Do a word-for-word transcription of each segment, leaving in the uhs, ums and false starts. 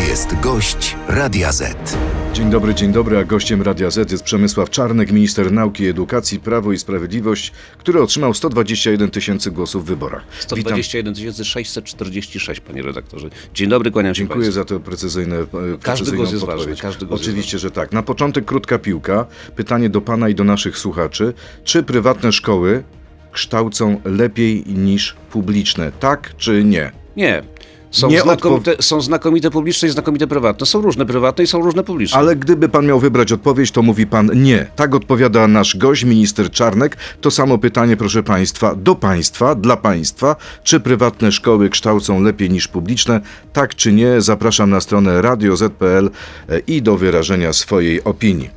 jest gość Radia Z. Dzień dobry, dzień dobry, a gościem Radia Z jest Przemysław Czarnek, minister nauki i edukacji, Prawo i Sprawiedliwość, który otrzymał sto dwadzieścia jeden tysięcy głosów w wyborach. sto dwadzieścia jeden tysięcy sześćset czterdzieści sześć, panie redaktorze. Dzień dobry, kłaniam się Dziękuję państwu. za to precyzyjne Każdy głos jest podpowiedź. ważny. Każdy głos Oczywiście, jest że tak. Na początek krótka piłka. Pytanie do pana i do naszych słuchaczy. Czy prywatne szkoły kształcą lepiej niż publiczne? Tak czy nie? Nie. Są, Nie znakomite, odpo- są znakomite publiczne i znakomite prywatne. Są różne prywatne i są różne publiczne. Ale gdyby pan miał wybrać odpowiedź, to mówi pan nie. Tak odpowiada nasz gość, minister Czarnek. To samo pytanie, proszę państwa, do państwa, dla państwa. Czy prywatne szkoły kształcą lepiej niż publiczne? Tak czy nie? Zapraszam na stronę radio zet kropka pe el i do wyrażenia swojej opinii.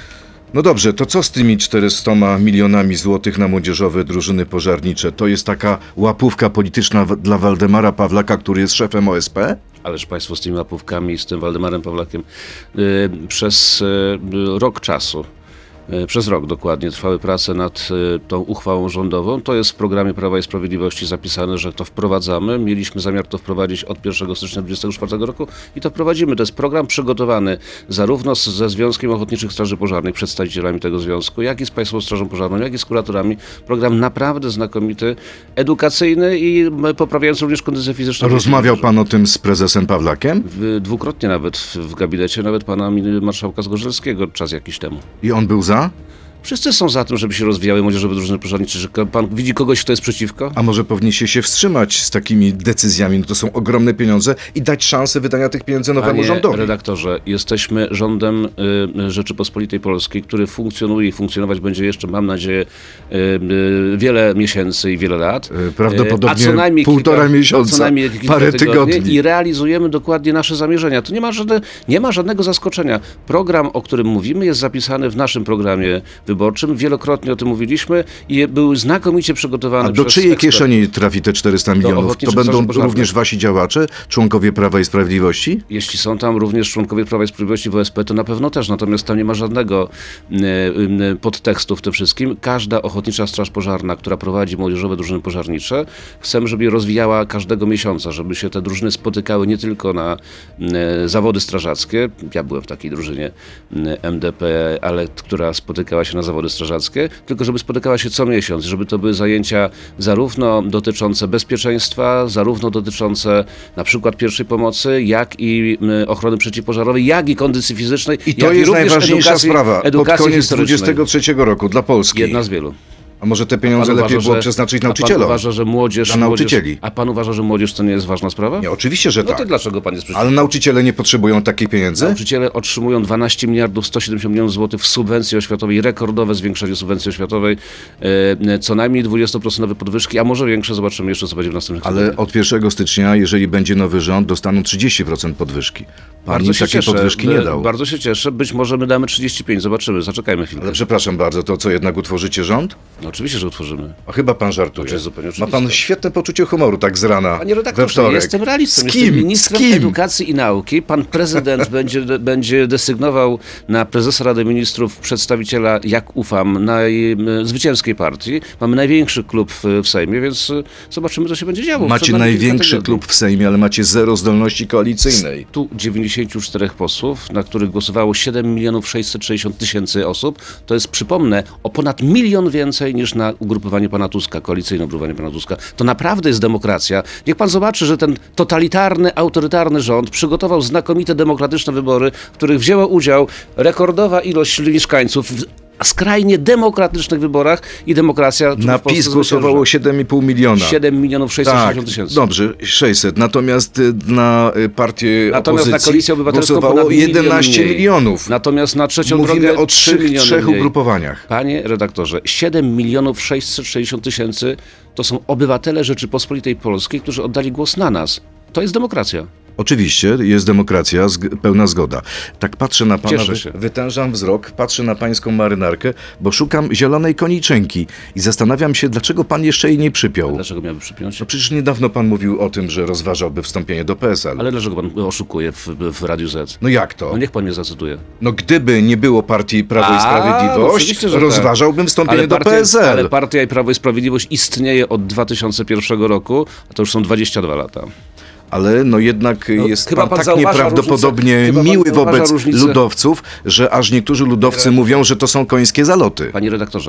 No dobrze, to co z tymi czterystoma milionami złotych na młodzieżowe drużyny pożarnicze? To jest taka łapówka polityczna w- dla Waldemara Pawlaka, który jest szefem O S P? Ależ państwo z tymi łapówkami, z tym Waldemarem Pawlakiem yy, przez yy, rok czasu, yy, przez rok dokładnie, trwały prace nad yy, tą uchwałą rządową. To jest w programie Prawa i Sprawiedliwości zapisane, że to wprowadzamy. Mieliśmy zamiar to wprowadzić od pierwszego stycznia dwudziestego czwartego roku i to wprowadzimy. To jest program przygotowany zarówno z, ze Związkiem Ochotniczych Straży Pożarnych, przedstawicielami tego związku, jak i z Państwową Strażą Pożarną, jak i z kuratorami. Program naprawdę znakomity, edukacyjny i poprawiający również kondycję fizyczną. Rozmawiał pan o tym z prezesem Pawlakiem? W, dwukrotnie nawet w, w gabinecie, nawet pana min- marszałka Zgorzelskiego czas jakiś temu. I on był za? Wszyscy są za tym, żeby się rozwijały młodzieżowe drużyny pożarnicze. Czy pan widzi kogoś, kto jest przeciwko? A może powinniście się wstrzymać z takimi decyzjami? No to są ogromne pieniądze i dać szansę wydania tych pieniędzy nowemu Panie rządowi. redaktorze, jesteśmy rządem y, Rzeczypospolitej Polskiej, który funkcjonuje i funkcjonować będzie jeszcze, mam nadzieję, y, y, wiele miesięcy i wiele lat. Y, prawdopodobnie a co najmniej półtora kilka, miesiąca, co najmniej kilka parę tygodni. I realizujemy dokładnie nasze zamierzenia. Tu nie ma, żadne, nie ma żadnego zaskoczenia. Program, o którym mówimy, jest zapisany w naszym programie wyborczym. Wielokrotnie o tym mówiliśmy i był znakomicie przygotowany A do przez czyjej ekspert. kieszeni trafi te czterysta milionów? To Ochotniczych będą Straży Pożarnych. również wasi działacze, członkowie Prawa i Sprawiedliwości? Jeśli są tam również członkowie Prawa i Sprawiedliwości w O S P, to na pewno też, natomiast tam nie ma żadnego y, y, podtekstu w tym wszystkim. Każda Ochotnicza Straż Pożarna, która prowadzi młodzieżowe drużyny pożarnicze, chcemy, żeby je rozwijała każdego miesiąca, żeby się te drużyny spotykały nie tylko na y, zawody strażackie. Ja byłem w takiej drużynie y, M D P, ale która spotykała się na zawody strażackie, tylko żeby spotykała się co miesiąc, żeby to były zajęcia zarówno dotyczące bezpieczeństwa, zarówno dotyczące na przykład pierwszej pomocy, jak i y, ochrony przeciwpożarowej, jak i kondycji fizycznej. I to jak jest i również najważniejsza edukacji, sprawa pod edukacji koniec historycznej. dwudziestego trzeciego roku dla Polski. Jedna z wielu. A może te pieniądze Pan lepiej uważa, było że- przeznaczyć a pan nauczycielom? uważa, że młodzież, Dla nauczycieli. Młodzież, a pan uważa, że młodzież to nie jest ważna sprawa? Nie, oczywiście, że No tak. to dlaczego pan jest przeciwko? Ale nauczyciele nie potrzebują takich pieniędzy? Nauczyciele otrzymują dwanaście miliardów sto siedemdziesiąt milionów złotych w subwencji oświatowej, rekordowe zwiększenie subwencji oświatowej, e, co najmniej dwadzieścia procent podwyżki, a może większe, zobaczymy jeszcze, co będzie w następnych Ale tygodniach. od pierwszego stycznia, jeżeli będzie nowy rząd, dostaną trzydzieści procent podwyżki. Pan im takiej podwyżki nie e, dał. Bardzo się cieszę, być może my damy trzydzieści pięć, zobaczymy, zaczekajmy chwilę. Ale przepraszam bardzo, to co, jednak utworzycie rząd? No, oczywiście, że utworzymy. A chyba pan żartuje. To jest zupełnie Ma pan oczywiste. świetne poczucie humoru, tak z rana, Panie we redaktorze, wtorek. jestem realistą, Z jestem kim? ministrem Z kim? edukacji i nauki. Pan prezydent będzie, będzie desygnował na prezesa Rady Ministrów przedstawiciela, jak ufam, naj, zwycięskiej partii. Mamy największy klub w, w Sejmie, więc y, zobaczymy, co się będzie działo. Macie Przed nami kilka największy tygodni. klub w Sejmie, ale macie zero zdolności koalicyjnej. stu dziewięćdziesięciu czterech posłów, na których głosowało siedem milionów sześćset sześćdziesiąt tysięcy osób. To jest, przypomnę, o ponad milion więcej niż na ugrupowanie pana Tuska, koalicyjne ugrupowanie pana Tuska. To naprawdę jest demokracja. Niech pan zobaczy, że ten totalitarny, autorytarny rząd przygotował znakomite demokratyczne wybory, w których wzięła udział rekordowa ilość mieszkańców w skrajnie demokratycznych wyborach i demokracja Na w Polsce PiS głosowało zwycięża. siedem i pół miliona. siedem milionów sześćset Tak, sześćdziesiąt tysięcy. dobrze, sześćset. Natomiast y, na y, partię Natomiast na opozycji Koalicję Obywatelską głosowało ponad milion jedenaście mniej. milionów. Natomiast na trzecią Mówimy drogę o trzy trzech, miliony trzech mniej. ugrupowaniach. Panie redaktorze, siedem milionów sześćset sześćdziesiąt tysięcy to są obywatele Rzeczypospolitej Polskiej, którzy oddali głos na nas. To jest demokracja. Oczywiście, jest demokracja, zg- pełna zgoda. Tak patrzę na pana, Cieszę się. wy, wytężam wzrok, patrzę na pańską marynarkę, bo szukam zielonej koniczynki i zastanawiam się, dlaczego pan jeszcze jej nie przypiął. Dlaczego miałby przypiąć? No przecież niedawno pan mówił o tym, że rozważałby wstąpienie do P S L. Ale dlaczego pan oszukuje w, w Radiu Z? No jak to? No niech pan mnie zacytuje. No gdyby nie było partii Prawo i A, Sprawiedliwość, oczywiście, że rozważałbym wstąpienie Ale do partia, P S L. ale partia i Prawo i Sprawiedliwość istnieje od dwa tysiące pierwszego roku, a to już są dwadzieścia dwa lata. Ale no jednak No, jest chyba pan, pan tak zauważa nieprawdopodobnie różnicę- chyba pan miły zauważa wobec różnicę- ludowców, że aż niektórzy ludowcy mówią, że to są końskie zaloty. Panie redaktorze,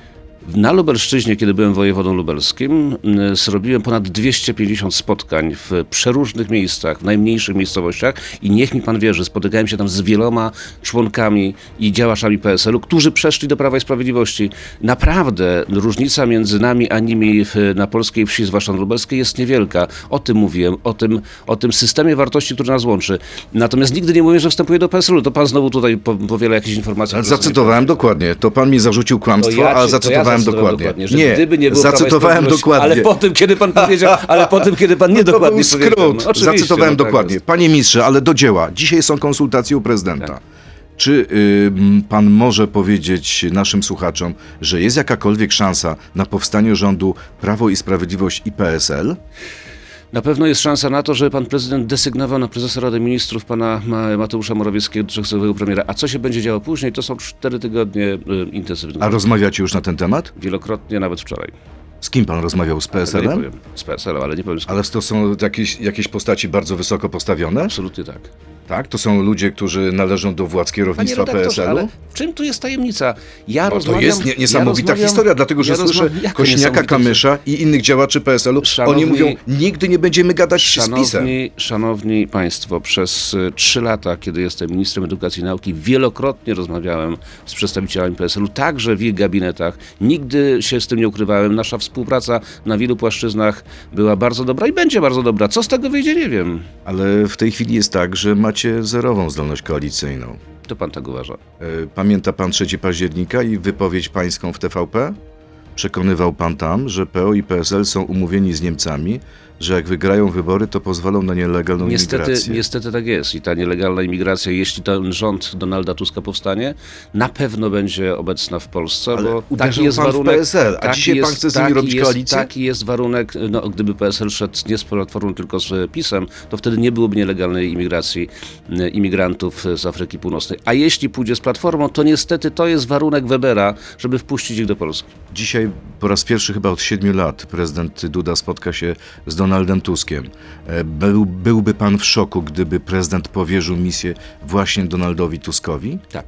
na Lubelszczyźnie, kiedy byłem wojewodą lubelskim, y, zrobiłem ponad dwieście pięćdziesiąt spotkań w przeróżnych miejscach, w najmniejszych miejscowościach i niech mi pan wierzy, spotykałem się tam z wieloma członkami i działaczami P S L-u, którzy przeszli do Prawa i Sprawiedliwości. Naprawdę różnica między nami a nimi w, na polskiej wsi, zwłaszcza na lubelskiej, jest niewielka. O tym mówiłem, o tym, o tym systemie wartości, który nas łączy. Natomiast nigdy nie mówię, że wstępuję do P S L-u. To pan znowu tutaj po- powiela jakieś informacje. które są Zacytowałem dokładnie. To pan mi zarzucił kłamstwo, To ja a cię- zacytowałem to ja zacytowałem dokładnie. że Nie, gdyby nie było Prawa i zacytowałem Sprawiedliwości, dokładnie. Ale po tym, kiedy pan powiedział, ale po tym, kiedy pan To niedokładnie był powiedział. skrót. No, oczywiście, Zacytowałem no, tak dokładnie. jest. Panie ministrze, ale do dzieła. Dzisiaj są konsultacje u prezydenta. Tak. Czy y, m, pan może powiedzieć naszym słuchaczom, że jest jakakolwiek szansa na powstanie rządu Prawo i Sprawiedliwość i P S L? Na pewno jest szansa na to, żeby pan prezydent desygnował na prezesa Rady Ministrów pana Ma- Mateusza Morawieckiego, dotychczasowego premiera. A co się będzie działo później, to są cztery tygodnie y, intensywnych. A rozmawiacie już na ten temat? Wielokrotnie, nawet wczoraj. Z kim pan rozmawiał? Z Ale nie P S L-em? powiem z P S L-em, ale nie powiem z kim. Ale to są jakieś, jakieś postaci bardzo wysoko postawione? Absolutnie tak. Tak? To są ludzie, którzy należą do władz Panie kierownictwa P S redaktorze, ale L-u? w czym tu jest tajemnica? Ja No to rozmawiam, jest nie, niesamowita ja rozmawiam- historia, dlatego że ja słyszę rozmawiam- Jaka Kośniaka, niesamowita Kamysza i innych działaczy P S L-u. Szanowni- Oni mówią, nigdy nie będziemy gadać z PiS-em. Szanowni, szanowni Państwo, przez y, trzy lata, kiedy jestem ministrem edukacji i nauki, wielokrotnie rozmawiałem z przedstawicielami P S L-u, także w ich gabinetach. Nigdy się z tym nie ukrywałem. Nasza współpraca na wielu płaszczyznach była bardzo dobra i będzie bardzo dobra. Co z tego wyjdzie, nie wiem. Ale w tej chwili jest tak, że macie zerową zdolność koalicyjną. To pan tak uważa. E, Pamięta pan trzeciego października i wypowiedź pańską w T V P? Przekonywał pan tam, że P O i P S L są umówieni z Niemcami, że jak wygrają wybory, to pozwolą na nielegalną Niestety, imigrację. niestety tak jest i ta nielegalna imigracja, jeśli ten rząd Donalda Tuska powstanie, na pewno będzie obecna w Polsce, Ale bo uderzył taki jest pan w warunek. P S L, a taki dzisiaj pan jest- chce z nimi taki robić jest, koalicję? Taki jest warunek, no, gdyby P S L szedł nie z Platformą, tylko z PiS-em, to wtedy nie byłoby nielegalnej imigracji e, imigrantów z Afryki Północnej. A jeśli pójdzie z Platformą, to niestety to jest warunek Webera, żeby wpuścić ich do Polski. Dzisiaj po raz pierwszy chyba od siedmiu lat prezydent Duda spotka się z Donaldem Tuskiem. E, Był, byłby pan w szoku, gdyby prezydent powierzył misję właśnie Donaldowi Tuskowi? Tak,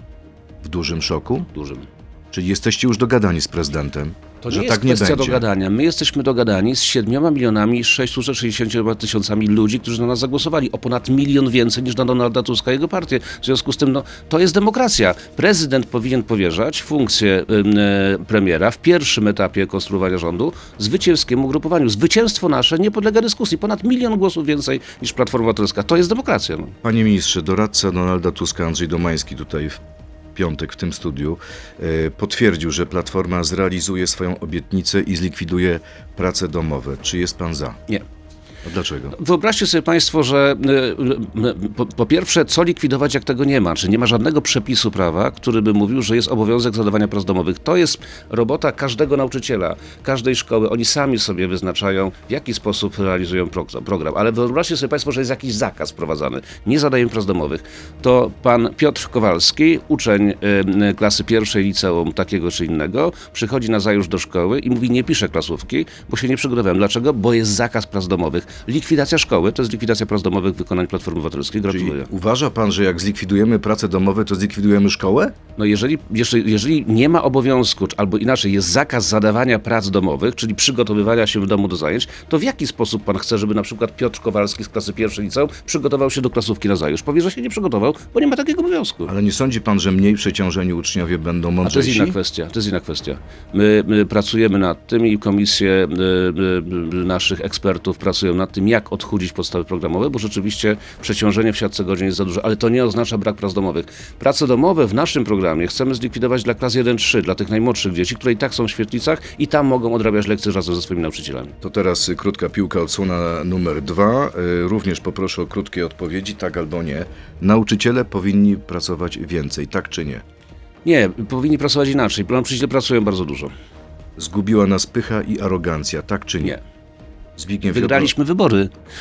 W dużym szoku? dużym. Czyli jesteście już dogadani z prezydentem, To że nie jest tak nie kwestia będzie. dogadania. My jesteśmy dogadani z siedmioma milionami sześćset sześćdziesięcioma tysiącami ludzi, którzy na nas zagłosowali. O ponad milion więcej niż na Donalda Tuska i jego partię. W związku z tym, no, to jest demokracja. Prezydent powinien powierzać funkcję ym, e, premiera w pierwszym etapie konstruowania rządu zwycięskiemu ugrupowaniu. Zwycięstwo nasze nie podlega dyskusji. Ponad milion głosów więcej niż Platforma Obywatelska. To jest demokracja. No. Panie ministrze, doradca Donalda Tuska, Andrzej Domański, tutaj w piątek w tym studiu, e, potwierdził, że Platforma zrealizuje swoją obietnicę i zlikwiduje prace domowe. Czy jest pan za? Nie. A dlaczego? Wyobraźcie sobie Państwo, że y, y, po, po pierwsze, co likwidować, jak tego nie ma? Czy nie ma żadnego przepisu prawa, który by mówił, że jest obowiązek zadawania prac domowych? To jest robota każdego nauczyciela, każdej szkoły. Oni sami sobie wyznaczają, w jaki sposób realizują pro, program. Ale wyobraźcie sobie Państwo, że jest jakiś zakaz wprowadzany. Nie zadają prac domowych. To pan Piotr Kowalski, uczeń y, y, klasy pierwszej liceum takiego czy innego, przychodzi na zajutrz do szkoły i mówi, nie piszę klasówki, bo się nie przygotowałem. Dlaczego? Bo jest zakaz prac domowych. Likwidacja szkoły to jest likwidacja prac domowych wykonań Platformy Obywatelskiej. Czyli Gratuluję. uważa pan, że jak zlikwidujemy prace domowe, to zlikwidujemy szkołę? No jeżeli, jeżeli, jeżeli nie ma obowiązku, albo inaczej jest zakaz zadawania prac domowych, czyli przygotowywania się w domu do zajęć, to w jaki sposób pan chce, żeby na przykład Piotr Kowalski z klasy pierwszej liceum przygotował się do klasówki na zajutrz? Powie, że się nie przygotował, bo nie ma takiego obowiązku. Ale nie sądzi pan, że mniej przeciążeni uczniowie będą A to jest mądrzejsi? inna kwestia. To jest inna kwestia. My, my pracujemy nad tym i komisje y, y, y, naszych ekspertów pracują nad tym, jak odchudzić podstawy programowe, bo rzeczywiście przeciążenie w siatce godzin jest za duże, ale to nie oznacza brak prac domowych. Prace domowe w naszym programie chcemy zlikwidować dla klas jeden trzy, dla tych najmłodszych dzieci, które i tak są w świetlicach i tam mogą odrabiać lekcje razem ze swoimi nauczycielami. To teraz y, krótka piłka, odsłona numer dwa. Y, Również poproszę o krótkie odpowiedzi, tak albo nie. Nauczyciele powinni pracować więcej, tak czy nie? Nie, powinni pracować inaczej. Nauczyciele pracują bardzo dużo. Zgubiła nas pycha i arogancja, tak czy nie? Nie. Zbigniew Wygraliśmy wybory.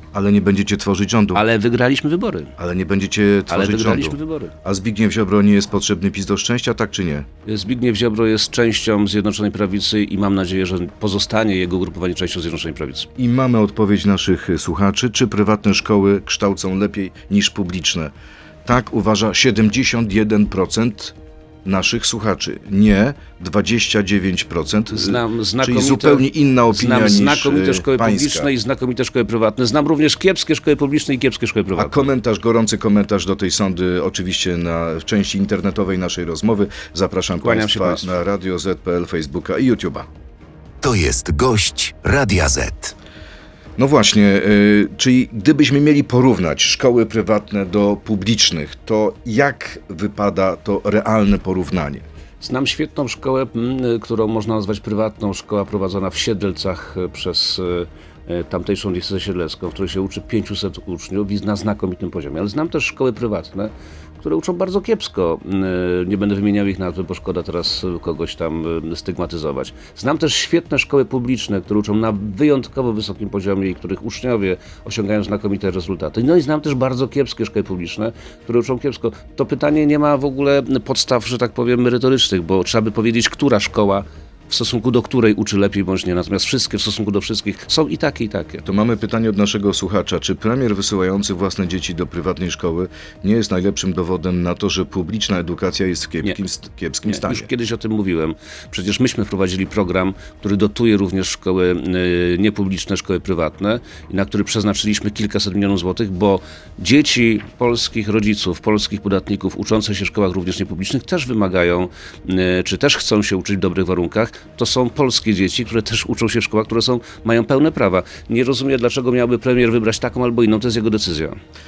Ale nie będziecie tworzyć rządu. Ale wygraliśmy wybory. Ale nie będziecie tworzyć Ale wygraliśmy rządu. wybory. A Zbigniew Ziobro nie jest potrzebny PiS do szczęścia, tak czy nie? Zbigniew Ziobro jest częścią Zjednoczonej Prawicy i mam nadzieję, że pozostanie jego ugrupowanie częścią Zjednoczonej Prawicy. I mamy odpowiedź naszych słuchaczy, czy prywatne szkoły kształcą lepiej niż publiczne. Tak uważa siedemdziesiąt jeden procent naszych słuchaczy. Nie, dwadzieścia dziewięć procent. Znam znakomite, czyli zupełnie inna opinia znam niż znakomite szkoły pańska. publiczne i znakomite szkoły prywatne. Znam również kiepskie szkoły publiczne i kiepskie szkoły A prywatne. komentarz, gorący komentarz do tej sądy oczywiście na, w części internetowej naszej rozmowy. Zapraszam Kłaniam Państwa się państwu. na Radio Z kropka P L, Facebooka i YouTube'a. To jest gość Radia Z. No właśnie, yy, czyli gdybyśmy mieli porównać szkoły prywatne do publicznych, to jak wypada to realne porównanie? Znam świetną szkołę, m, którą można nazwać prywatną. Szkoła prowadzona w Siedlcach e, przez e, tamtejszą diecezję siedlecką, w której się uczy pięciuset uczniów i na znakomitym poziomie. Ale znam też szkoły prywatne, które uczą bardzo kiepsko. E, Nie będę wymieniał ich nazwy, bo szkoda teraz kogoś tam e, stygmatyzować. Znam też świetne szkoły publiczne, które uczą na wyjątkowo wysokim poziomie i których uczniowie osiągają znakomite rezultaty. No i znam też bardzo kiepskie szkoły publiczne, które uczą kiepsko. To pytanie nie ma w ogóle podstaw, że tak powiem, merytorycznych, bo trzeba by powiedzieć, która szkoła w stosunku do której uczy lepiej bądź nie. Natomiast wszystkie w stosunku do wszystkich są i takie, i takie. To mamy pytanie od naszego słuchacza. Czy premier wysyłający własne dzieci do prywatnej szkoły nie jest najlepszym dowodem na to, że publiczna edukacja jest w kiepskim, st- kiepskim Nie, stanie? już kiedyś o tym mówiłem. Przecież myśmy wprowadzili program, który dotuje również szkoły y, niepubliczne, szkoły prywatne i na który przeznaczyliśmy kilkaset milionów złotych, bo dzieci polskich rodziców, polskich podatników uczące się w szkołach również niepublicznych też wymagają, y, czy też chcą się uczyć w dobrych warunkach. To są polskie dzieci, które też uczą się w szkołach, które są, mają pełne prawa. Nie rozumiem, dlaczego miałby premier wybrać taką albo inną, to jest jego decyzja.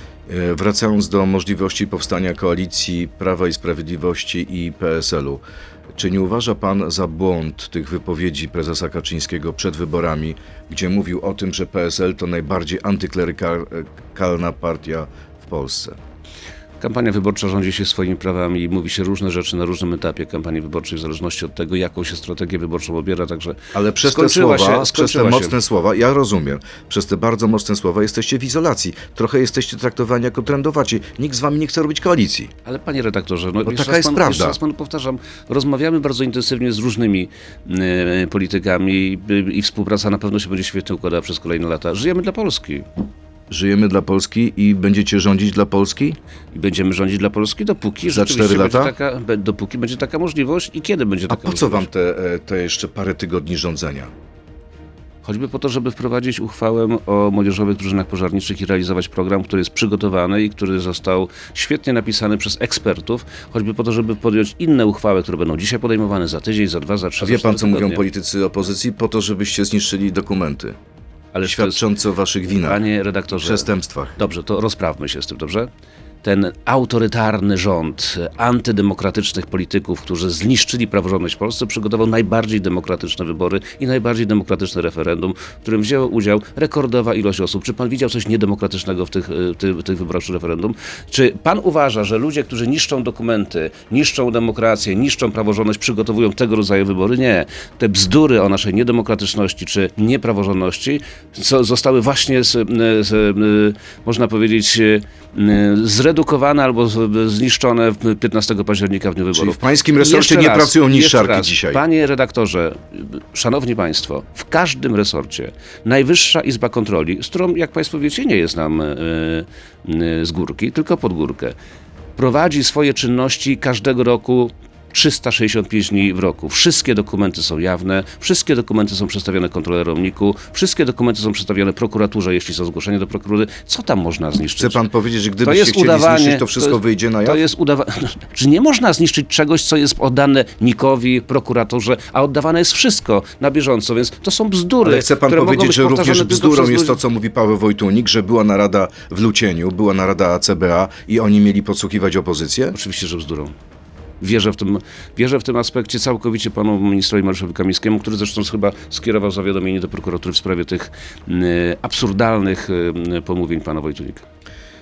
E, Wracając do możliwości powstania koalicji Prawa i Sprawiedliwości i P S L u, czy nie uważa pan za błąd tych wypowiedzi prezesa Kaczyńskiego przed wyborami, gdzie mówił o tym, że P S L to najbardziej antyklerykalna partia w Polsce? Kampania wyborcza rządzi się swoimi prawami i mówi się różne rzeczy na różnym etapie kampanii wyborczej, w zależności od tego, jaką się strategię wyborczą obiera, także Ale przez te skończyła słowa, się, przez te skończyła się. mocne słowa, ja rozumiem, przez te bardzo mocne słowa jesteście w izolacji. Trochę jesteście traktowani jako trendowaci. Nikt z wami nie chce robić koalicji. Ale panie redaktorze, no Bo jeszcze taka raz jest panu, prawda. Jeszcze raz panu powtarzam, rozmawiamy bardzo intensywnie z różnymi e, politykami i, i współpraca na pewno się będzie świetnie układała przez kolejne lata. Żyjemy dla Polski Żyjemy dla Polski i będziecie rządzić dla Polski? i będziemy rządzić dla Polski dopóki Za rzeczywiście cztery będzie lata? Taka, be- dopóki będzie taka możliwość i kiedy będzie A taka po możliwość. co wam te, e, te jeszcze parę tygodni rządzenia? Choćby po to, żeby wprowadzić uchwałę o młodzieżowych drużynach pożarniczych i realizować program, który jest przygotowany i który został świetnie napisany przez ekspertów, choćby po to, żeby podjąć inne uchwały, które będą dzisiaj podejmowane za tydzień, za dwa, za trzy, A za wie pan, cztery co mówią tygodnie. politycy opozycji? Po to, żebyście zniszczyli dokumenty Ale to jest- świadczące o waszych winach, Panie redaktorze, przestępstwach. dobrze, to rozprawmy się z tym, dobrze? Ten autorytarny rząd antydemokratycznych polityków, którzy zniszczyli praworządność w Polsce, przygotował najbardziej demokratyczne wybory i najbardziej demokratyczne referendum, w którym wzięło udział rekordowa ilość osób. Czy pan widział coś niedemokratycznego w tych, ty, w tych wyborach czy referendum? Czy pan uważa, że ludzie, którzy niszczą dokumenty, niszczą demokrację, niszczą praworządność, przygotowują tego rodzaju wybory? Nie. Te bzdury o naszej niedemokratyczności czy niepraworządności co zostały właśnie, z, z, można powiedzieć, zredukowane albo zniszczone piętnastego października w dniu wyborów. Czyli w pańskim resorcie Jeszcze nie raz, pracują jeszcze niszczarki raz. dzisiaj. Panie redaktorze, szanowni państwo, w każdym resorcie Najwyższa Izba Kontroli, z którą, jak państwo wiecie, nie jest nam y, y, z górki, tylko pod górkę, prowadzi swoje czynności każdego roku trzysta sześćdziesiąt pięć dni w roku. Wszystkie dokumenty są jawne, wszystkie dokumenty są przedstawione kontrolerom N I K u, wszystkie dokumenty są przedstawione prokuraturze, jeśli są zgłoszenia do prokuratury. Co tam można zniszczyć? Chce pan powiedzieć, że To gdybyście jest chcieli udawanie, zniszczyć, to wszystko to jest, wyjdzie na jaw? To jest udawanie. Czy nie można zniszczyć czegoś, co jest oddane N I K owi, prokuraturze, a oddawane jest wszystko na bieżąco, więc to są bzdury. Ale chce pan które mogą powiedzieć, być że powtarzane również tylko bzdurą przez jest ludzi- to, co mówi Paweł Wojtunik, że była narada w Lucieniu, była narada A C B A i oni mieli podsłuchiwać opozycję? Oczywiście, że bzdurą. Wierzę w tym, wierzę w tym aspekcie całkowicie panu ministrowi Mariuszowi Kamińskiemu, który zresztą chyba skierował zawiadomienie do prokuratury w sprawie tych y, absurdalnych y, pomówień pana Wojtunika.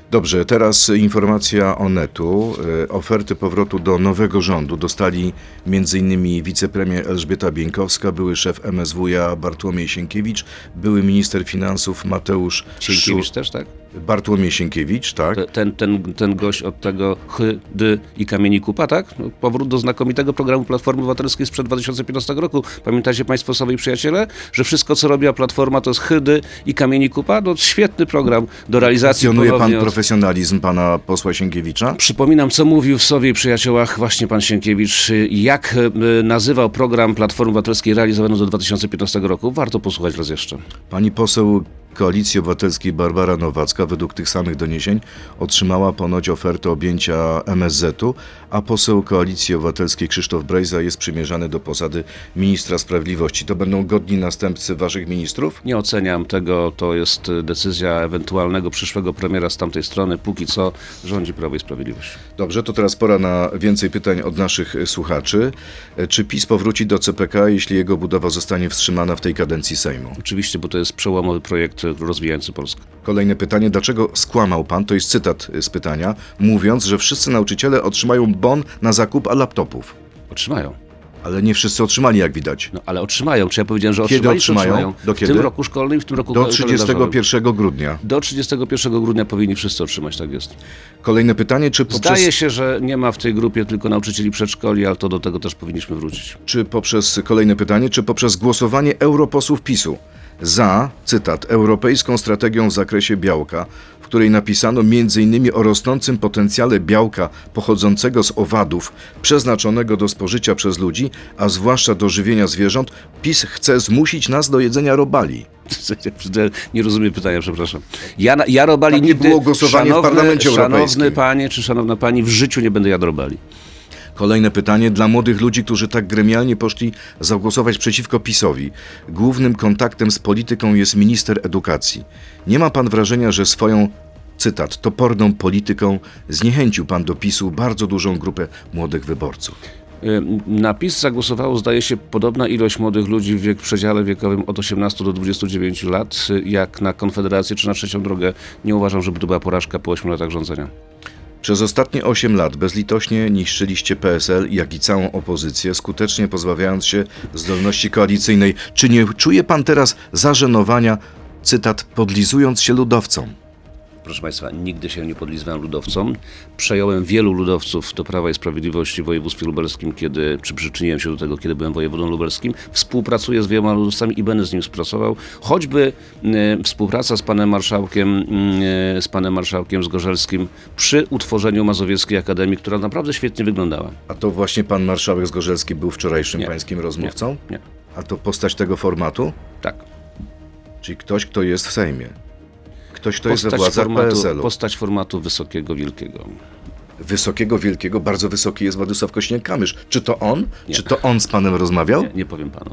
Dobrze, teraz informacja o netu. Oferty powrotu do nowego rządu dostali m.in. wicepremier Elżbieta Bieńkowska, były szef M S W ja Bartłomiej Sienkiewicz, były minister finansów Mateusz Sienkiewicz Szu... też, tak? Bartłomiej Sienkiewicz, tak. Ten, ten, ten gość od tego H, D i Kamieni Kupa, tak? No, powrót do znakomitego programu Platformy Obywatelskiej sprzed dwa tysiące piętnastego roku. Pamiętacie państwo sobie, przyjaciele, że wszystko, co robiła Platforma, to jest H, D i Kamieni Kupa? No świetny program do realizacji. Kwestionuje pan od... profesjonalizm pana posła Sienkiewicza? Przypominam, co mówił w sobie i przyjaciołach właśnie pan Sienkiewicz, jak nazywał program Platformy Obywatelskiej realizowany do dwa tysiące piętnastego roku. Warto posłuchać raz jeszcze. Pani poseł Koalicji Obywatelskiej Barbara Nowacka według tych samych doniesień otrzymała ponoć ofertę objęcia M S Z u, a poseł Koalicji Obywatelskiej Krzysztof Brejza jest przymierzany do posady ministra sprawiedliwości. To będą godni następcy waszych ministrów? Nie oceniam tego, to jest decyzja ewentualnego przyszłego premiera z tamtej strony. Póki co rządzi Prawo i Sprawiedliwość. Dobrze, to teraz pora na więcej pytań od naszych słuchaczy. Czy PiS powróci do C P K, jeśli jego budowa zostanie wstrzymana w tej kadencji Sejmu? Oczywiście, bo to jest przełomowy projekt rozwijający Polskę. Kolejne pytanie. Dlaczego skłamał pan, to jest cytat z pytania, mówiąc, że wszyscy nauczyciele otrzymają bon na zakup laptopów? Otrzymają. Ale nie wszyscy otrzymali, jak widać. No ale otrzymają. Czy ja powiedziałem, że Kiedy otrzymali, otrzymają? otrzymają? Do w kiedy? tym roku szkolnym i w tym roku Do trzydziestego pierwszego grudnia. Do trzydziestego pierwszego grudnia powinni wszyscy otrzymać, tak jest. Kolejne pytanie, czy poprzez... Zdaje się, że nie ma w tej grupie tylko nauczycieli przedszkoli, ale to do tego też powinniśmy wrócić. Czy poprzez, kolejne pytanie, czy poprzez głosowanie europosłów PiSu za, cytat, europejską strategią w zakresie białka, w której napisano między innymi o rosnącym potencjale białka pochodzącego z owadów przeznaczonego do spożycia przez ludzi, a zwłaszcza do żywienia zwierząt, PiS chce zmusić nas do jedzenia robali? Nie rozumiem pytania, przepraszam. Ja, ja robali Takie nigdy... było głosowanie szanowny, w Parlamencie Europejskim. Szanowny panie czy szanowna pani, w życiu nie będę jadł robali. Kolejne pytanie dla młodych ludzi, którzy tak gremialnie poszli zagłosować przeciwko PiS-owi. Głównym kontaktem z polityką jest minister edukacji. Nie ma pan wrażenia, że swoją, cytat, toporną polityką zniechęcił pan do PiS-u bardzo dużą grupę młodych wyborców? Na PiS zagłosowało, zdaje się, podobna ilość młodych ludzi w, wiek, w przedziale wiekowym od osiemnastu do dwudziestu dziewięciu lat, jak na Konfederację czy na Trzecią Drogę. Nie uważam, żeby to była porażka po ośmiu latach rządzenia. Przez ostatnie osiem lat bezlitośnie niszczyliście P S L, jak i całą opozycję, skutecznie pozbawiając się zdolności koalicyjnej. Czy nie czuje pan teraz zażenowania, cytat, podlizując się ludowcom? Proszę państwa, nigdy się nie podlizywałem ludowcom. Przejąłem wielu ludowców do Prawa i Sprawiedliwości w województwie lubelskim, kiedy, czy przyczyniłem się do tego, kiedy byłem wojewodą lubelskim. Współpracuję z wieloma ludowcami i będę z nimi współpracował. Choćby e, współpraca z panem marszałkiem, e, z panem marszałkiem Zgorzelskim przy utworzeniu Mazowieckiej Akademii, która naprawdę świetnie wyglądała. A to właśnie pan marszałek Zgorzelski był wczorajszym Nie. pańskim rozmówcą? Nie. Nie. A to postać tego formatu? Tak. Czyli ktoś, kto jest w Sejmie. Ktoś, kto jest we Postać władzach P S formatu, L u. postać formatu wysokiego, wielkiego. Wysokiego, wielkiego, bardzo wysoki jest Władysław Kosiniak-Kamysz. Czy to on? Nie. Czy to on z panem rozmawiał? Nie, nie powiem panu.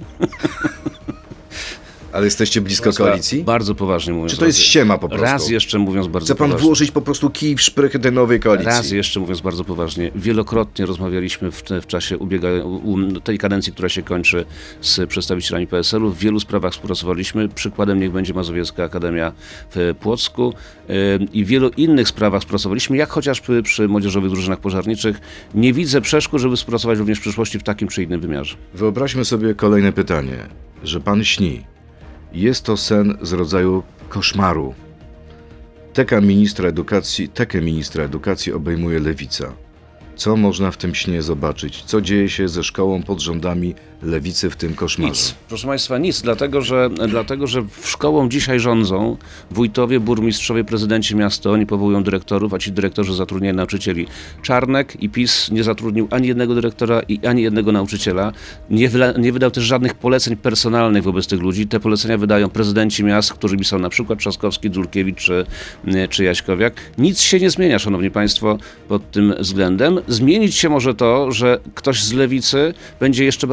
Ale jesteście blisko Państwa, koalicji? Bardzo poważnie mówiąc. Czy to jest raz- ściema po prostu? Raz jeszcze mówiąc bardzo Chce pan poważnie. włożyć po prostu kij w szprychy tej nowej koalicji? Raz jeszcze mówiąc bardzo poważnie, wielokrotnie rozmawialiśmy w, te, w czasie ubiega, u, tej kadencji, która się kończy, z przedstawicielami P S L u. W wielu sprawach współpracowaliśmy. Przykładem niech będzie Mazowiecka Akademia w Płocku yy, i w wielu innych sprawach współpracowaliśmy, jak chociażby przy młodzieżowych drużynach pożarniczych. Nie widzę przeszkód, żeby współpracować również w przyszłości w takim czy innym wymiarze. Wyobraźmy sobie kolejne pytanie, że pan śni. Jest to sen z rodzaju koszmaru. Tekę ministra edukacji, tekę ministra edukacji obejmuje Lewica. Co można w tym śnie zobaczyć? Co dzieje się ze szkołą pod rządami Lewicy w tym koszmarze? Nic. Proszę państwa, nic, dlatego że, dlatego, że w szkołą dzisiaj rządzą wójtowie, burmistrzowie, prezydenci miasta, oni powołują dyrektorów, a ci dyrektorzy zatrudniają nauczycieli. Czarnek i PiS nie zatrudnił ani jednego dyrektora i ani jednego nauczyciela. Nie, wyla, nie wydał też żadnych poleceń personalnych wobec tych ludzi. Te polecenia wydają prezydenci miast, którymi są na przykład Trzaskowski, Dulkiewicz czy, czy Jaśkowiak. Nic się nie zmienia, szanowni państwo, pod tym względem. Zmienić się może to, że ktoś z lewicy będzie jeszcze bardziej ideologiczny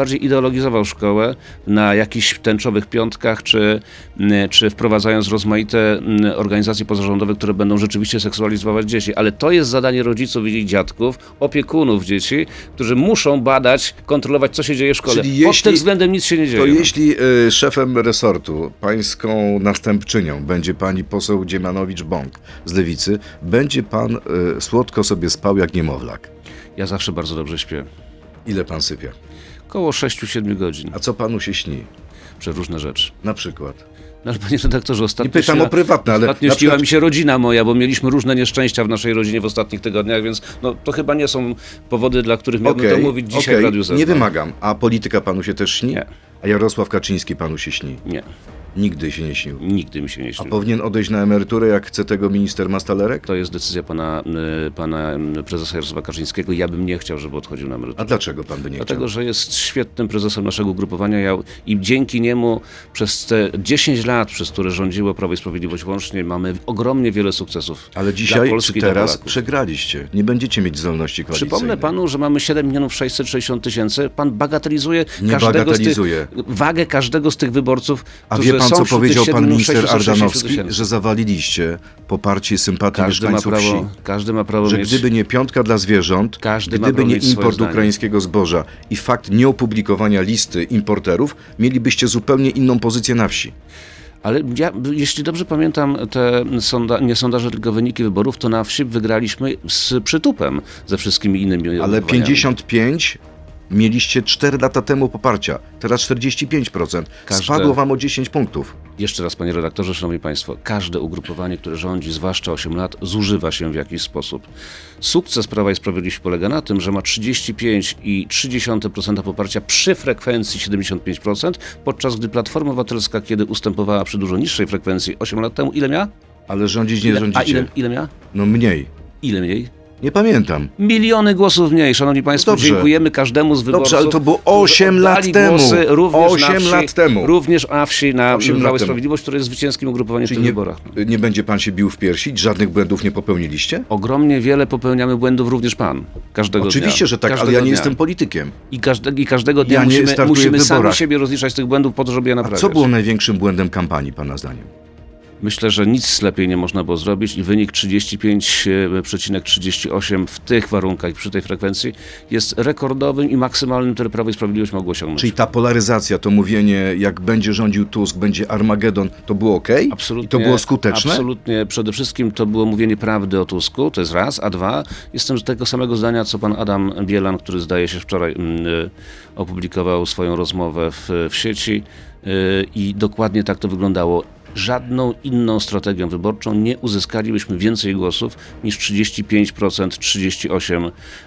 ideologizował szkołę na jakichś tęczowych piątkach, czy, czy wprowadzając rozmaite organizacje pozarządowe, które będą rzeczywiście seksualizować dzieci. Ale to jest zadanie rodziców i dziadków, opiekunów dzieci, którzy muszą badać, kontrolować, co się dzieje w szkole. Czyli Pod jeśli, tym względem nic się nie dzieje. To no. jeśli y, szefem resortu, pańską następczynią będzie pani poseł Dziemianowicz-Bąk z Lewicy, będzie pan y, słodko sobie spał jak niemowlak. Ja zawsze bardzo dobrze śpię. Ile pan sypia? Koło sześć do siedmiu godzin. A co panu się śni? Przeróżne rzeczy. Na przykład? No ale panie redaktorze, ostatnio, Nie pytam śniła, o prywatne, ale ostatnio na śniła przykład- mi się rodzina moja, bo mieliśmy różne nieszczęścia w naszej rodzinie w ostatnich tygodniach, więc no, to chyba nie są powody, dla których miałbym Okej, to mówić dzisiaj okej, w Radiu Z. nie wymagam. A polityka panu się też śni? Nie. A Jarosław Kaczyński panu się śni? Nie, Nigdy się nie śnił. nigdy mi się nie A śniło. powinien odejść na emeryturę, jak chce tego minister Mastalerek? To jest decyzja pana, y, pana y, prezesa Jarosława Kaczyńskiego. Ja bym nie chciał, żeby odchodził na A emeryturę. dlaczego pan by nie Dlatego, chciał? że jest świetnym prezesem naszego ugrupowania ja, i dzięki niemu przez te dziesięć lat, przez które rządziło Prawo i Sprawiedliwość łącznie, mamy ogromnie wiele sukcesów. Ale dla dzisiaj Polski czy i dla teraz Polaków. przegraliście. Nie będziecie mieć zdolności koalicyjnej. Przypomnę panu, że mamy siedem milionów sześćset sześćdziesiąt tysięcy. Pan bagatelizuje, Nie każdego bagatelizuje. Z tych, wagę każdego z tych wyborców, A którzy wie pan, są co wśród powiedział tych pan minister siedem milionów sześćset sześćdziesiąt Ardanowski? tysięcy. Że zawaliliście poparcie i sympatię Każdy ma, mieszkańców prawo, wsi. każdy ma prawo Że mieć... gdyby nie piątka dla zwierząt, Każdy ma gdyby prawo nie mieć swoje import zdanie. ukraińskiego zboża i fakt nieopublikowania listy importerów, mielibyście zupełnie inną pozycję na wsi. Ale ja, jeśli dobrze pamiętam te sonda, nie sondaże, tylko wyniki wyborów, to na wsi wygraliśmy z przytupem ze wszystkimi innymi Ale ugrupowaniami. pięćdziesiąt pięć mieliście cztery lata temu poparcia, teraz czterdzieści pięć procent. Każde- Spadło wam o dziesięć punktów. Jeszcze raz, panie redaktorze, szanowni państwo, każde ugrupowanie, które rządzi, zwłaszcza osiem lat, zużywa się w jakiś sposób. Sukces Prawa i Sprawiedliwości polega na tym, że ma trzydzieści pięć przecinek trzy procent poparcia przy frekwencji siedemdziesiąt pięć procent, podczas gdy Platforma Obywatelska, kiedy ustępowała przy dużo niższej frekwencji osiem lat temu, ile miała? Ale rządzić nie Ile, a rządzicie. ile, ile miała? No mniej. Ile mniej? Nie pamiętam. Miliony głosów mniej, szanowni państwo. Dobrze. Dziękujemy każdemu z wyborców. Dobrze, ale to było którzy osiem lat oddali temu. Głosy również osiem na wsi, lat temu. Również na wsi na osiem lat Prawo i temu. Sprawiedliwość, które jest zwycięskim ugrupowaniem w Czyli tych nie, wyborach. nie będzie pan się bił w piersi? Żadnych błędów nie popełniliście? Ogromnie wiele popełniamy błędów, również pan. Każdego Oczywiście, dnia. że tak, ale Każdego ja nie dnia. jestem politykiem. I, każde, I każdego dnia Ja nie musimy, startuję musimy w sami wyborach. siebie rozliczać z tych błędów po to, żeby je A naprawiać. co było największym błędem kampanii, pana zdaniem? Myślę, że nic lepiej nie można było zrobić i wynik trzydzieści pięć przecinek trzydzieści osiem w tych warunkach i przy tej frekwencji jest rekordowym i maksymalnym, który Prawo i Sprawiedliwość mogło osiągnąć. Czyli ta polaryzacja, to mówienie, jak będzie rządził Tusk, będzie Armagedon, to było okej? Absolutnie, I to było skuteczne? Absolutnie. Przede wszystkim to było mówienie prawdy o Tusku, to jest raz, a dwa, jestem z tego samego zdania, co pan Adam Bielan, który zdaje się wczoraj mm, y, opublikował swoją rozmowę w, w sieci y, i dokładnie tak to wyglądało. Żadną inną strategią wyborczą nie uzyskalibyśmy więcej głosów niż trzydzieści pięć procent, trzydzieści osiem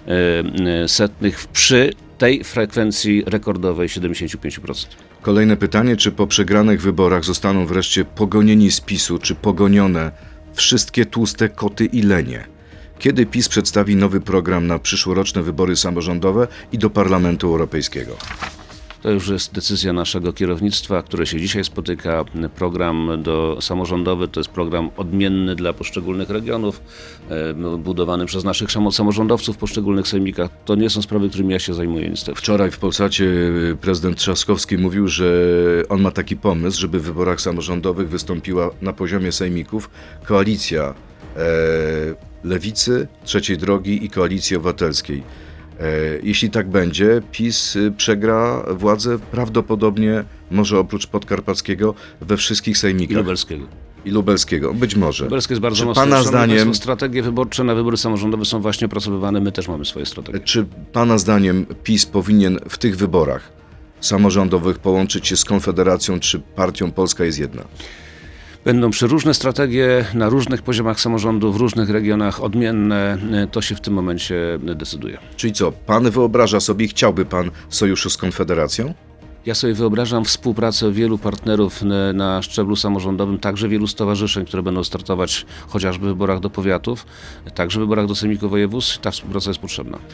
setnych przy tej frekwencji rekordowej siedemdziesiąt pięć procent. Kolejne pytanie, czy po przegranych wyborach zostaną wreszcie pogonieni z PiSu, czy pogonione wszystkie tłuste koty i lenie? Kiedy PiS przedstawi nowy program na przyszłoroczne wybory samorządowe i do Parlamentu Europejskiego? To już jest decyzja naszego kierownictwa, które się dzisiaj spotyka. Program do samorządowy to jest program odmienny dla poszczególnych regionów, e, budowany przez naszych samorządowców w poszczególnych sejmikach. To nie są sprawy, którymi ja się zajmuję niestety. Wczoraj w Polsacie prezydent Trzaskowski mówił, że on ma taki pomysł, żeby w wyborach samorządowych wystąpiła na poziomie sejmików koalicja e, Lewicy, Trzeciej Drogi i Koalicji Obywatelskiej. E, jeśli tak będzie, PiS przegra władzę prawdopodobnie, może oprócz Podkarpackiego, we wszystkich I sejmikach. Lubelskiego. I Lubelskiego, być może. Lubelskie jest bardzo Czy mocno. pana Szanowni zdaniem- państwo, strategie wyborcze na wybory samorządowe są właśnie opracowywane. My też mamy swoje strategie. Czy pana zdaniem PiS powinien w tych wyborach samorządowych połączyć się z Konfederacją, czy partią Polska jest jedna? Będą przeróżne strategie na różnych poziomach samorządu, w różnych regionach, odmienne. To się w tym momencie decyduje. Czyli co, pan wyobraża sobie, chciałby pan sojuszu z Konfederacją? Ja sobie wyobrażam współpracę wielu partnerów na, na szczeblu samorządowym, także wielu stowarzyszeń, które będą startować chociażby w wyborach do powiatów, także w wyborach do sejmików województw. Ta współpraca jest potrzebna.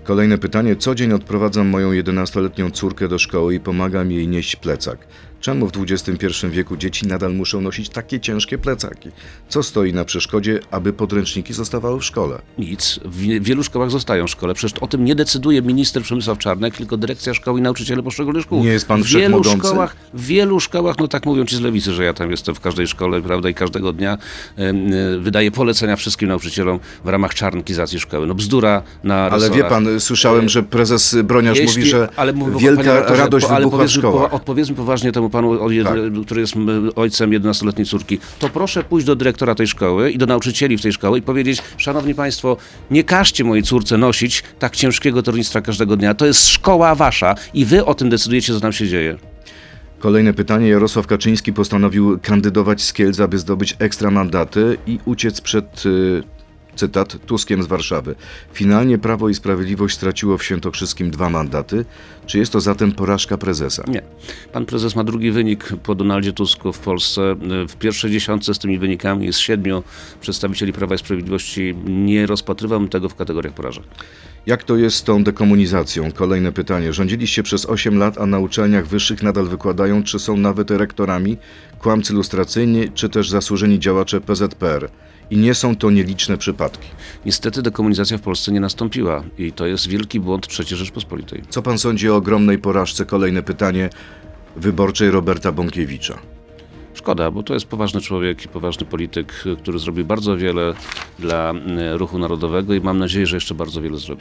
Kolejne pytanie. Co dzień odprowadzam moją jedenastoletnią córkę do szkoły i pomagam jej nieść plecak. Czemu w dwudziestym pierwszym wieku dzieci nadal muszą nosić takie ciężkie plecaki? Co stoi na przeszkodzie, aby podręczniki zostawały w szkole? Nic. W wielu szkołach zostają w szkole. Przecież o tym nie decyduje minister Przemysław Czarnek, tylko dyrekcja szkoły i nauczyciele poszczególnych szkół. Nie jest pan w wielu wszechmogący? szkołach, w wielu szkołach, no tak mówią ci z lewicy, że ja tam jestem w każdej szkole, prawda, i każdego dnia y, y, wydaję polecenia wszystkim nauczycielom w ramach czarnkizacji szkoły. No bzdura na Ale resorach. wie pan, słyszałem, że prezes Broniarz Jeśli, mówi, że ale mówię, wielka panie redaktorze, radość po, ale wybuchła w powiedzmy, szkołach. po, odpowiedzmy poważnie temu panu, o jed, Tak. który jest m, ojcem jedenastoletniej córki. To proszę pójść do dyrektora tej szkoły i do nauczycieli w tej szkoły i powiedzieć: szanowni państwo, nie każcie mojej córce nosić tak ciężkiego tornistrza każdego dnia. To jest szkoła wasza i wy o tym decydujecie, co tam się dzieje. Kolejne pytanie. Jarosław Kaczyński postanowił kandydować z Kielc, aby zdobyć ekstra mandaty i uciec przed, y, cytat, Tuskiem z Warszawy. Finalnie Prawo i Sprawiedliwość straciło w Świętokrzyskim dwa mandaty. Czy jest to zatem porażka prezesa? Nie. Pan prezes ma drugi wynik po Donaldzie Tusku w Polsce. W pierwszej dziesiątce z tymi wynikami jest siedmiu przedstawicieli Prawa i Sprawiedliwości. Nie rozpatrywam tego w kategoriach porażek. Jak to jest z tą dekomunizacją? Kolejne pytanie. Rządziliście przez osiem lat, a na uczelniach wyższych nadal wykładają, czy są nawet rektorami, kłamcy lustracyjni, czy też zasłużeni działacze P Z P R. I nie są to nieliczne przypadki. Niestety dekomunizacja w Polsce nie nastąpiła i to jest wielki błąd trzeciej Rzeczpospolitej. Co pan sądzi o ogromnej porażce? Kolejne pytanie wyborczej Roberta Bąkiewicza. Szkoda, bo to jest poważny człowiek i poważny polityk, który zrobił bardzo wiele dla ruchu narodowego i mam nadzieję, że jeszcze bardzo wiele zrobi.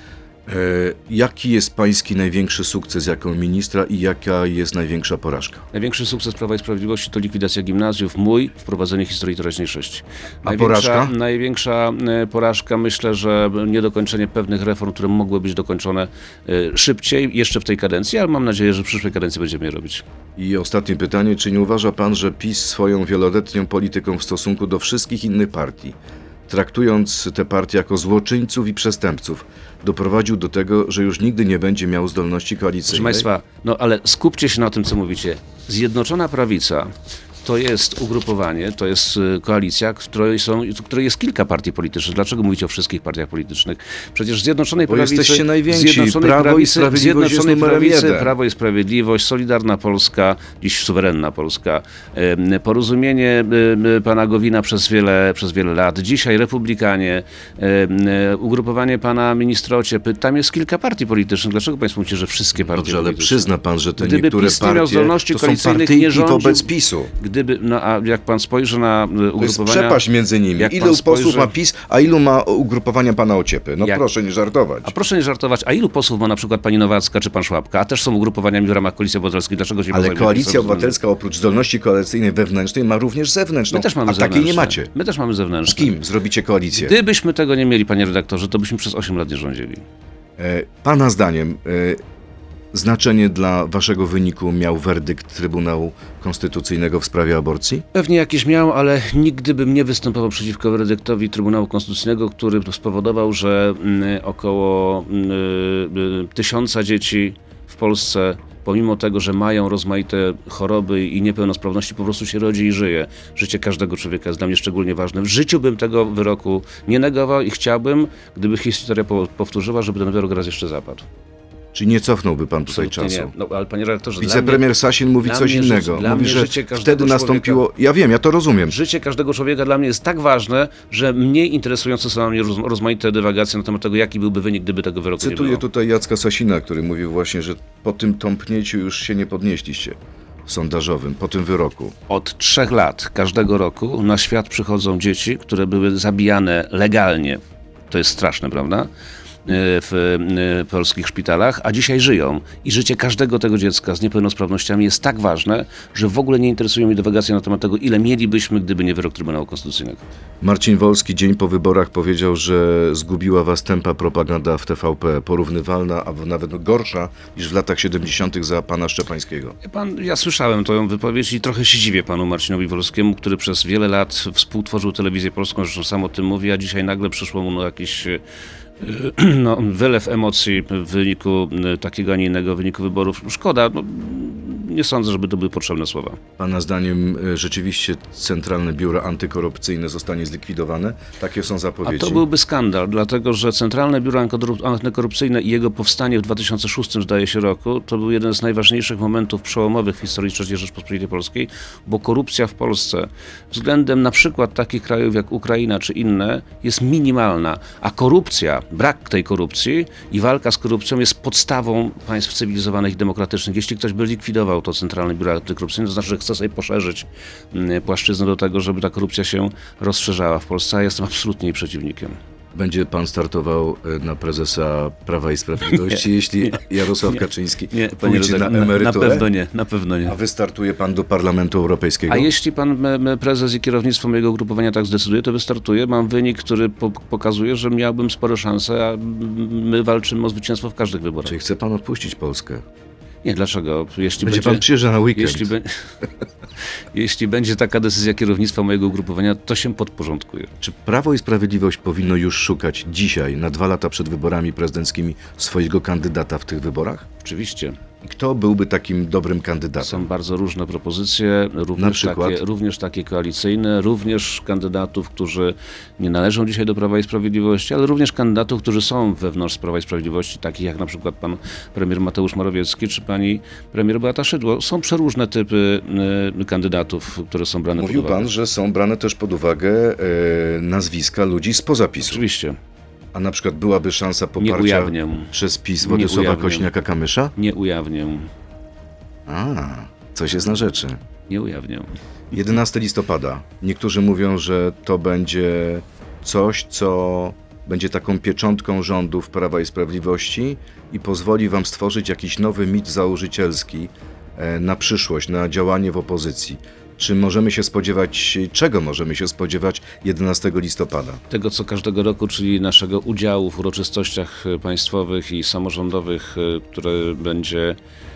E, jaki jest pański największy sukces jako ministra i jaka jest największa porażka? Największy sukces Prawa i Sprawiedliwości to likwidacja gimnazjów, mój wprowadzenie historii i teraźniejszości. A porażka? Największa e, porażka, myślę, że niedokończenie pewnych reform, które mogły być dokończone e, szybciej, jeszcze w tej kadencji, ale mam nadzieję, że w przyszłej kadencji będziemy je robić. I ostatnie pytanie, czy nie uważa pan, że PiS swoją wieloletnią polityką w stosunku do wszystkich innych partii, traktując te partie jako złoczyńców i przestępców, doprowadził do tego, że już nigdy nie będzie miał zdolności koalicyjnej? Proszę Państwa, no ale skupcie się na tym, co mówicie. Zjednoczona Prawica to jest ugrupowanie, to jest koalicja, w której, są, w której jest kilka partii politycznych. Dlaczego mówicie o wszystkich partiach politycznych? Przecież Zjednoczonej Bo Prawicy... jesteście najwięksi. Zjednoczonej Prawo i Prawicy, Sprawiedliwość Zjednoczonej jest numerem Prawicy, jeden. Prawo i Sprawiedliwość, Solidarna Polska, dziś suwerenna Polska, em, Porozumienie em, pana Gowina przez wiele, przez wiele lat, dzisiaj Republikanie, em, ugrupowanie pana ministra Ociepy. Tam jest kilka partii politycznych. Dlaczego Państwo mówicie, że wszystkie partie Dobrze, ale polityczne? przyzna pan, że te Gdyby niektóre PiS nie miał partie zdolności to są koalicyjnych, partyjki nie rządził- wobec PiSu. Gdyby, no a jak pan spojrzy na y, To jest ugrupowania... przepaść między nimi. jak pan Ilu spojrzy- posłów ma PiS, a ilu ma ugrupowania pana Ociepy? No Jak- proszę nie żartować. A proszę nie żartować, a ilu posłów ma na przykład pani Nowacka czy pan Szłapka, a też są ugrupowaniami w ramach Koalicji Obywatelskiej, dlaczego się nie Ale pozwoli- Koalicja Obywatelska oprócz zdolności koalicyjnej wewnętrznej ma również zewnętrzną. My też mamy a takiej zewnętrzne. nie macie. My też mamy Z zewnętrzne. kim zrobicie koalicję? Gdybyśmy tego nie mieli, panie redaktorze, to byśmy przez osiem lat nie rządzili. E, Pana zdaniem e, znaczenie dla waszego wyniku miał werdykt Trybunału Konstytucyjnego w sprawie aborcji? Pewnie jakieś miał, ale nigdy bym nie występował przeciwko werdyktowi Trybunału Konstytucyjnego, który spowodował, że mm, około mm, y, tysiąca dzieci w Polsce, pomimo tego, że mają rozmaite choroby i niepełnosprawności, po prostu się rodzi i żyje. Życie każdego człowieka jest dla mnie szczególnie ważne. W życiu bym tego wyroku nie negował i chciałbym, gdyby historia po- powtórzyła, żeby ten wyrok raz jeszcze zapadł. Czy nie cofnąłby pan tutaj Absolutnie czasu? nie. No, ale panie redaktorze, Wicepremier dla mnie, Sasin mówi dla coś mnie innego. życie- dla Mówi, mnie że życie każdego wtedy nastąpiło... człowieka- Ja wiem, ja to rozumiem. życie każdego człowieka dla mnie jest tak ważne, że mniej interesujące są mnie roz, rozmaite dywagacje na temat tego, jaki byłby wynik, gdyby tego wyroku nie Cytuję było. tutaj Jacka Sasina, który mówił właśnie, że po tym tąpnięciu już się nie podnieśliście sondażowym, po tym wyroku. Od trzech lat, każdego roku, na świat przychodzą dzieci, które były zabijane legalnie. To jest straszne, prawda? W y, polskich szpitalach, a dzisiaj żyją. I życie każdego tego dziecka z niepełnosprawnościami jest tak ważne, że w ogóle nie interesują mnie dywagacje na temat tego, ile mielibyśmy, gdyby nie wyrok Trybunału Konstytucyjnego. Marcin Wolski dzień po wyborach powiedział, że zgubiła was tępa propaganda w T V P, porównywalna, a nawet gorsza niż w latach siedemdziesiątych za pana Szczepańskiego. Wie Pan, ja słyszałem tę wypowiedź i trochę się dziwię panu Marcinowi Wolskiemu, który przez wiele lat współtworzył telewizję polską, zresztą sam o tym mówi, a dzisiaj nagle przyszło mu no, jakiś no, wylew emocji w wyniku takiego, a nie innego wyniku wyborów. Szkoda. No, nie sądzę, żeby to były potrzebne słowa. Pana zdaniem e, rzeczywiście Centralne Biuro Antykorupcyjne zostanie zlikwidowane? Takie są A zapowiedzi. to byłby skandal, dlatego że Centralne Biuro Antykorupcyjne i jego powstanie w dwa tysiące szóstym, zdaje się, roku, to był jeden z najważniejszych momentów przełomowych w historii trzeciej Rzeczpospolitej Polskiej, bo korupcja w Polsce względem na przykład takich krajów jak Ukraina czy inne jest minimalna, a korupcja, brak tej korupcji i walka z korupcją jest podstawą państw cywilizowanych i demokratycznych. Jeśli ktoś by likwidował to Centralne Biuro Antykorupcyjne, to znaczy, że chce sobie poszerzyć płaszczyznę do tego, żeby ta korupcja się rozszerzała w Polsce, a jestem absolutnie jej przeciwnikiem. Będzie pan startował e, na prezesa Prawa i Sprawiedliwości, Nie, jeśli nie, Jarosław nie, Kaczyński nie, pójdzie na na, emeryturę? na pewno nie, na pewno nie. A wystartuje pan do Parlamentu Europejskiego? A jeśli pan m, m, prezes i kierownictwo mojego ugrupowania tak zdecyduje, to wystartuję. Mam wynik, który po, pokazuje, że miałbym spore szanse, a my walczymy o zwycięstwo w każdych wyborach. Czyli chce pan odpuścić Polskę? Nie, dlaczego? Jeśli Będzie, będzie pan przyjeżdża na weekend. Jeśli, be, jeśli będzie taka decyzja kierownictwa mojego ugrupowania, to się podporządkuje. Czy Prawo i Sprawiedliwość powinno już szukać dzisiaj, na dwa lata przed wyborami prezydenckimi, swojego kandydata w tych wyborach? Oczywiście. I kto byłby takim dobrym kandydatem? Są bardzo różne propozycje, Na również przykład? takie, również takie koalicyjne, również kandydatów, którzy nie należą dzisiaj do Prawa i Sprawiedliwości, ale również kandydatów, którzy są wewnątrz Prawa i Sprawiedliwości, takich jak na przykład pan premier Mateusz Morawiecki czy pani premier Beata Szydło. Są przeróżne typy y, kandydatów, które są brane Mówił pod uwagę. pan, że są brane też pod uwagę e, nazwiska ludzi spoza PiSu. Oczywiście. A na przykład byłaby szansa Nie poparcia ujawnię. przez PiS Nie Władysława ujawnię. Kośniaka-Kamysza? Nie ujawnię. A, coś jest na rzeczy. Nie ujawnię. jedenastego listopada. Niektórzy mówią, że to będzie coś, co będzie taką pieczątką rządów Prawa i Sprawiedliwości i pozwoli wam stworzyć jakiś nowy mit założycielski e, na przyszłość, na działanie w opozycji. Czy możemy się spodziewać, czego możemy się spodziewać jedenastego listopada? Tego, co każdego roku, czyli naszego udziału w uroczystościach państwowych i samorządowych, które będzie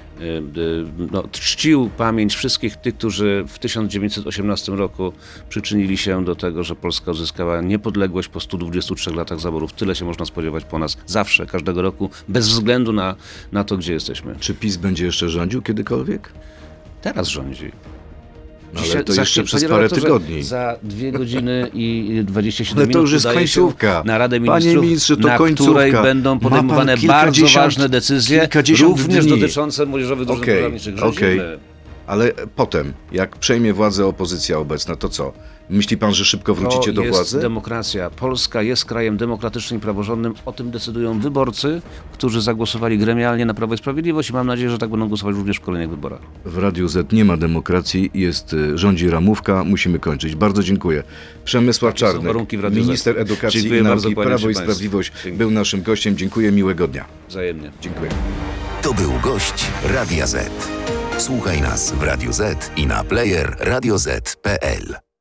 no, czcił pamięć wszystkich tych, którzy w tysiąc dziewięćset osiemnastym roku przyczynili się do tego, że Polska uzyskała niepodległość po stu dwudziestu trzech latach zaborów. Tyle się można spodziewać po nas zawsze, każdego roku, bez względu na, na to, gdzie jesteśmy. Czy PiS będzie jeszcze rządził kiedykolwiek? Teraz rządzi. No, ale Dzisiaj- to za jeszcze chwilę, przez panie parę redaktorze, tygodni. Za dwie godziny i dwadzieścia siedem Ale minut to już jest udaje się końcówka. na Radę Panie Ministrów, ministrze, to na końcówka. której będą Ma pan podejmowane bardzo kilkadziesiąt- ważne decyzje, kilkadziesiąt również dni. dotyczące młodzieżowych drużyn Okej, pożarniczych. okej. Rządzimy. Ale potem, jak przejmie władzę opozycja obecna, to co? Myśli pan, że szybko wrócicie To do jest władzy? demokracja. Polska jest krajem demokratycznym i praworządnym. O tym decydują wyborcy, którzy zagłosowali gremialnie na Prawo i Sprawiedliwość i mam nadzieję, że tak będą głosować również w kolejnych wyborach. W Radiu Z nie ma demokracji, jest y, rządzi ramówka, musimy kończyć. Bardzo dziękuję. Przemysław Takie są Czarnek, warunki w Radiu Z. minister edukacji Dziękuję i bardzo, nauki, kłaniam Prawo się i państwu. Sprawiedliwość, Dzięki. był naszym gościem. Dziękuję, miłego dnia. Wzajemnie. Dziękuję. To był gość Radia Z. Słuchaj nas w Radiu Z i na player radio zet kropka pe el.